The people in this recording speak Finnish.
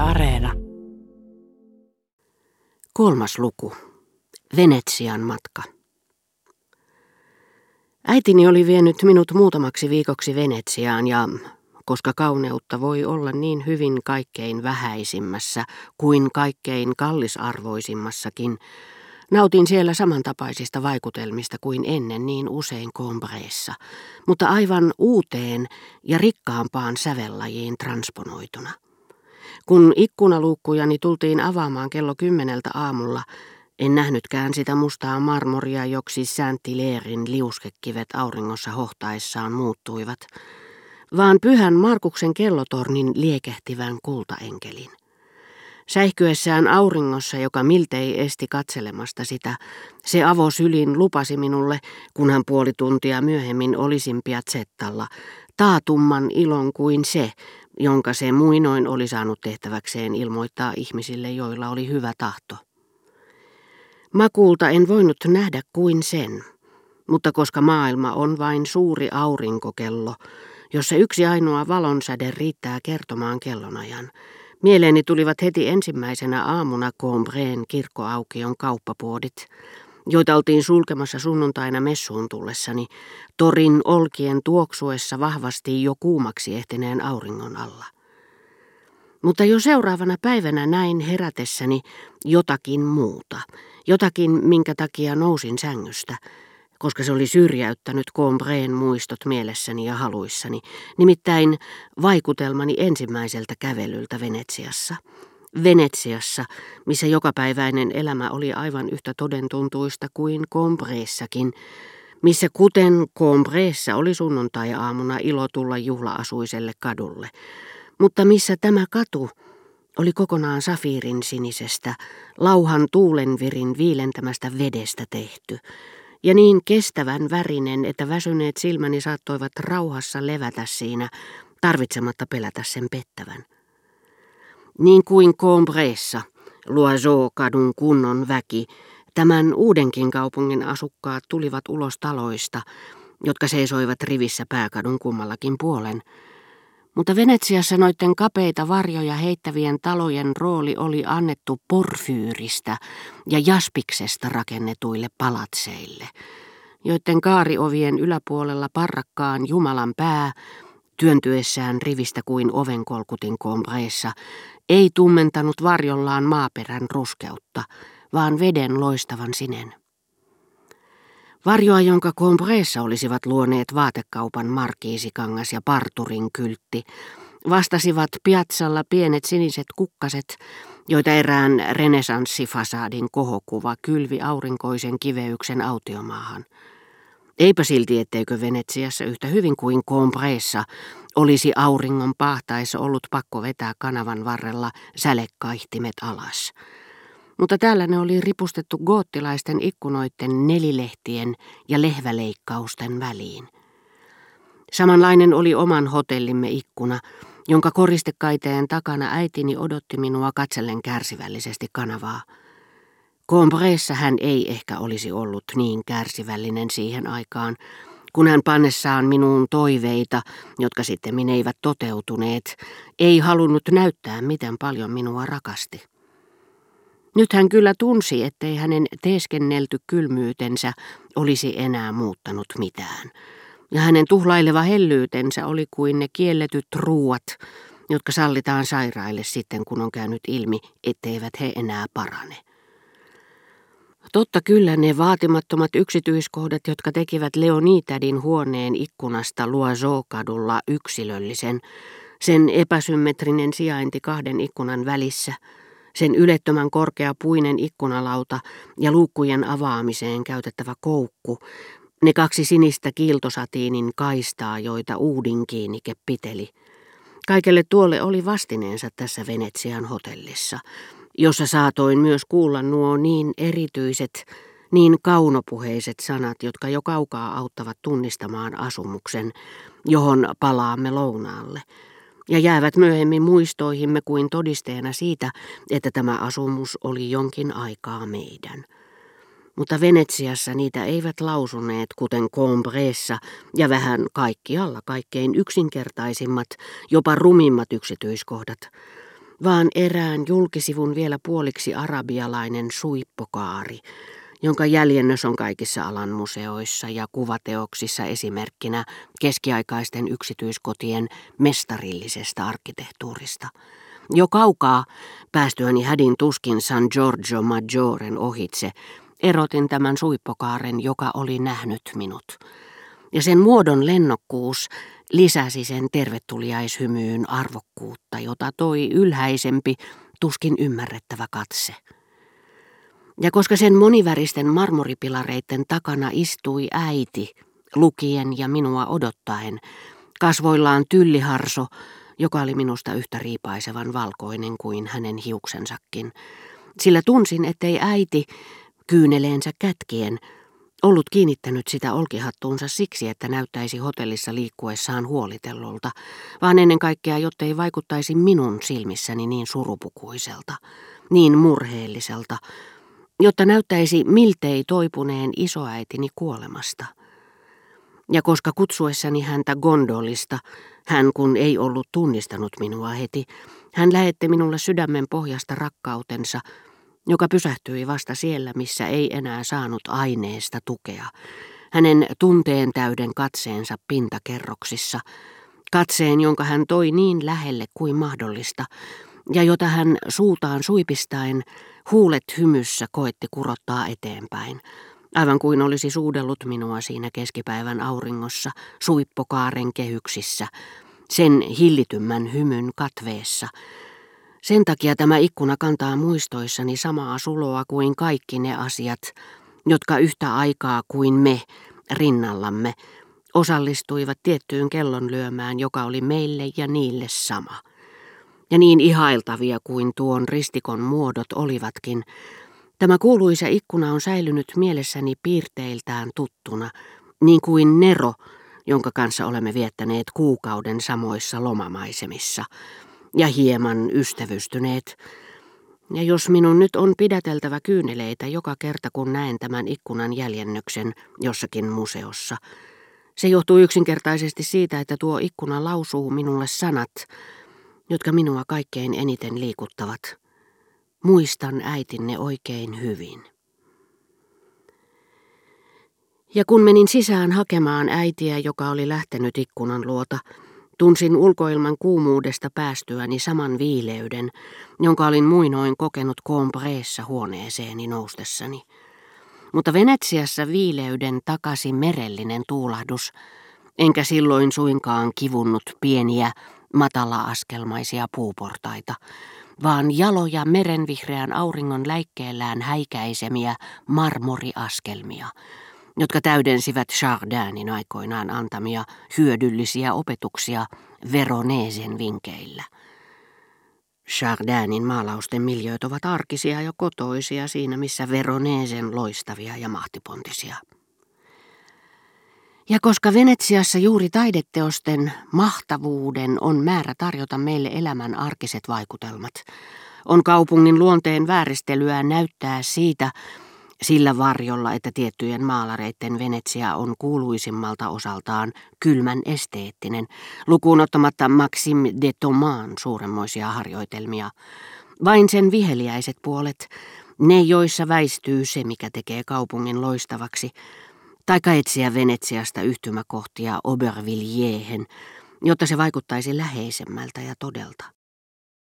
Areena. 3. luku. Venetsian matka. Äitini oli vienyt minut muutamaksi viikoksi Venetsiaan ja koska kauneutta voi olla niin hyvin kaikkein vähäisimmässä kuin kaikkein kallisarvoisimmassakin, nautin siellä samantapaisista vaikutelmista kuin ennen niin usein Combreessa, mutta aivan uuteen ja rikkaampaan sävellajiin transponoituna. Kun ikkunaluukkujani tultiin avaamaan kello 10 aamulla, en nähnytkään sitä mustaa marmoria, joksi Saint-Hilairen liuskekivet auringossa hohtaessaan muuttuivat, vaan Pyhän Markuksen kellotornin liekehtivän kultaenkelin. Säihkyessään auringossa, joka miltei esti katselemasta sitä, se avosylin lupasi minulle, kunhan puoli tuntia myöhemmin olisin Piazzetta, taatumman ilon kuin se, jonka se muinoin oli saanut tehtäväkseen ilmoittaa ihmisille, joilla oli hyvä tahto. Makuulta en voinut nähdä kuin sen, mutta koska maailma on vain suuri aurinkokello, jossa yksi ainoa valonsäde riittää kertomaan kellonajan, mieleeni tulivat heti ensimmäisenä aamuna Combreen kirkkoaukion kauppapuodit, joita oltiin sulkemassa sunnuntaina messuun tullessani, torin olkien tuoksuessa vahvasti jo kuumaksi ehtineen auringon alla. Mutta jo seuraavana päivänä näin herätessäni jotakin muuta, jotakin minkä takia nousin sängystä, koska se oli syrjäyttänyt Combreen muistot mielessäni ja haluissani, nimittäin vaikutelmani ensimmäiseltä kävelyltä Venetsiassa. Venetsiassa, missä jokapäiväinen elämä oli aivan yhtä todentuntuista kuin Combreessakin, missä kuten Combreessa oli sunnuntai-aamuna ilo tulla juhla-asuiselle kadulle, mutta missä tämä katu oli kokonaan safiirin sinisestä, lauhan tuulenvirin viilentämästä vedestä tehty, ja niin kestävän värinen, että väsyneet silmäni saattoivat rauhassa levätä siinä, tarvitsematta pelätä sen pettävän. Niin kuin Combreessa, Loiseau-kadun kunnon väki, tämän uudenkin kaupungin asukkaat tulivat ulos taloista, jotka seisoivat rivissä pääkadun kummallakin puolen. Mutta Venetsiassa noiden kapeita varjoja heittävien talojen rooli oli annettu porfyyristä ja jaspiksesta rakennetuille palatseille, joiden kaariovien yläpuolella parrakkaan Jumalan pää, työntyessään rivistä kuin ovenkolkutin Combreessa, ei tummentanut varjollaan maaperän ruskeutta, vaan veden loistavan sinen. Varjoa, jonka Combreessa olisivat luoneet vaatekaupan markiisikangas ja parturin kyltti, vastasivat piatsalla pienet siniset kukkaset, joita erään renesanssifasadin kohokuva kylvi aurinkoisen kiveyksen autiomaahan. Eipä silti, etteikö Venetsiassa yhtä hyvin kuin Combreessa olisi auringon pahtaessa ollut pakko vetää kanavan varrella sälekaihtimet alas. Mutta täällä ne oli ripustettu goottilaisten ikkunoiden nelilehtien ja lehväleikkausten väliin. Samanlainen oli oman hotellimme ikkuna, jonka koristekaiteen takana äitini odotti minua katsellen kärsivällisesti kanavaa. Combreessa hän ei ehkä olisi ollut niin kärsivällinen siihen aikaan, kun hän pannessaan minuun toiveita, jotka sitten eivät toteutuneet, ei halunnut näyttää, miten paljon minua rakasti. Nyt hän kyllä tunsi, ettei hänen teeskennelty kylmyytensä olisi enää muuttanut mitään, ja hänen tuhlaileva hellyytensä oli kuin ne kielletyt ruuat, jotka sallitaan sairaille sitten, kun on käynyt ilmi, etteivät he enää parane. Totta kyllä ne vaatimattomat yksityiskohdat, jotka tekivät Leonitadin huoneen ikkunasta Loiseau-kadulla yksilöllisen, sen epäsymmetrinen sijainti 2 ikkunan välissä, sen ylettömän korkea puinen ikkunalauta ja luukkujen avaamiseen käytettävä koukku, ne 2 sinistä kiiltosatiinin kaistaa, joita uudinkiinnike piteli. Kaikelle tuolle oli vastineensa tässä Venetsian hotellissa, jossa saatoin myös kuulla nuo niin erityiset, niin kaunopuheiset sanat, jotka jo kaukaa auttavat tunnistamaan asumuksen, johon palaamme lounaalle, ja jäävät myöhemmin muistoihimme kuin todisteena siitä, että tämä asumus oli jonkin aikaa meidän. Mutta Venetsiassa niitä eivät lausuneet, kuten Combreessa ja vähän kaikkialla kaikkein yksinkertaisimmat, jopa rumimmat yksityiskohdat, vaan erään julkisivun vielä puoliksi arabialainen suippokaari, jonka jäljennös on kaikissa alan museoissa ja kuvateoksissa esimerkkinä keskiaikaisten yksityiskotien mestarillisesta arkkitehtuurista. Jo kaukaa päästyäni hädin tuskin San Giorgio Maggioren ohitse, erotin tämän suippokaaren, joka oli nähnyt minut. Ja sen muodon lennokkuus lisäsi sen tervetuliaishymyyn arvokkuutta, jota toi ylhäisempi, tuskin ymmärrettävä katse. Ja koska sen moniväristen marmoripilareiden takana istui äiti, lukien ja minua odottaen, kasvoillaan tylliharso, joka oli minusta yhtä riipaisevan valkoinen kuin hänen hiuksensakin, sillä tunsin, ettei äiti, kyyneleensä kätkien, ollut kiinnittänyt sitä olkihattuunsa siksi, että näyttäisi hotellissa liikkuessaan huolitellulta, vaan ennen kaikkea, jottei vaikuttaisi minun silmissäni niin surupukuiselta, niin murheelliselta, jotta näyttäisi miltei toipuneen isoäitini kuolemasta. Ja koska kutsuessani häntä gondolista, hän kun ei ollut tunnistanut minua heti, hän lähetti minulle sydämen pohjasta rakkautensa, joka pysähtyi vasta siellä, missä ei enää saanut aineesta tukea, hänen tunteen täyden katseensa pintakerroksissa, katseen, jonka hän toi niin lähelle kuin mahdollista, ja jota hän suutaan suipistaen, huulet hymyssä koetti kurottaa eteenpäin, aivan kuin olisi suudellut minua siinä keskipäivän auringossa, suippokaaren kehyksissä, sen hillitymmän hymyn katveessa. Sen takia tämä ikkuna kantaa muistoissani samaa suloa kuin kaikki ne asiat, jotka yhtä aikaa kuin me rinnallamme osallistuivat tiettyyn kellonlyömään, joka oli meille ja niille sama. Ja niin ihailtavia kuin tuon ristikon muodot olivatkin, tämä kuuluisa ikkuna on säilynyt mielessäni piirteiltään tuttuna, niin kuin Nero, jonka kanssa olemme viettäneet kuukauden samoissa lomamaisemissa, ja hieman ystävystyneet. Ja jos minun nyt on pidäteltävä kyyneleitä joka kerta, kun näen tämän ikkunan jäljennöksen jossakin museossa, se johtuu yksinkertaisesti siitä, että tuo ikkuna lausuu minulle sanat, jotka minua kaikkein eniten liikuttavat. Muistan äitinne oikein hyvin. Ja kun menin sisään hakemaan äitiä, joka oli lähtenyt ikkunan luota, tunsin ulkoilman kuumuudesta päästyäni saman viileyden, jonka olin muinoin kokenut Combreessa huoneeseeni noustessani. Mutta Venetsiassa viileyden takasi merellinen tuulahdus, enkä silloin suinkaan kivunnut pieniä, matala-askelmaisia puuportaita, vaan jaloja merenvihreän auringon läikkeellään häikäisemiä marmoriaskelmia, jotka täydensivät Chardinin aikoinaan antamia hyödyllisiä opetuksia Veronesen vinkeillä. Chardinin maalausten miljööt ovat arkisia ja kotoisia siinä, missä Veronesen loistavia ja mahtipontisia. Ja koska Venetsiassa juuri taideteosten mahtavuuden on määrä tarjota meille elämän arkiset vaikutelmat, on kaupungin luonteen vääristelyä näyttää siitä sillä varjolla, että tiettyjen maalareiden Venetsia on kuuluisimmalta osaltaan kylmän esteettinen, lukuun ottamatta Maxime de Thomaan suuremmoisia harjoitelmia. Vain sen viheliäiset puolet, ne joissa väistyy se, mikä tekee kaupungin loistavaksi, taikka etsiä Venetsiasta yhtymäkohtia Aubervilliehen, jotta se vaikuttaisi läheisemmältä ja todelta.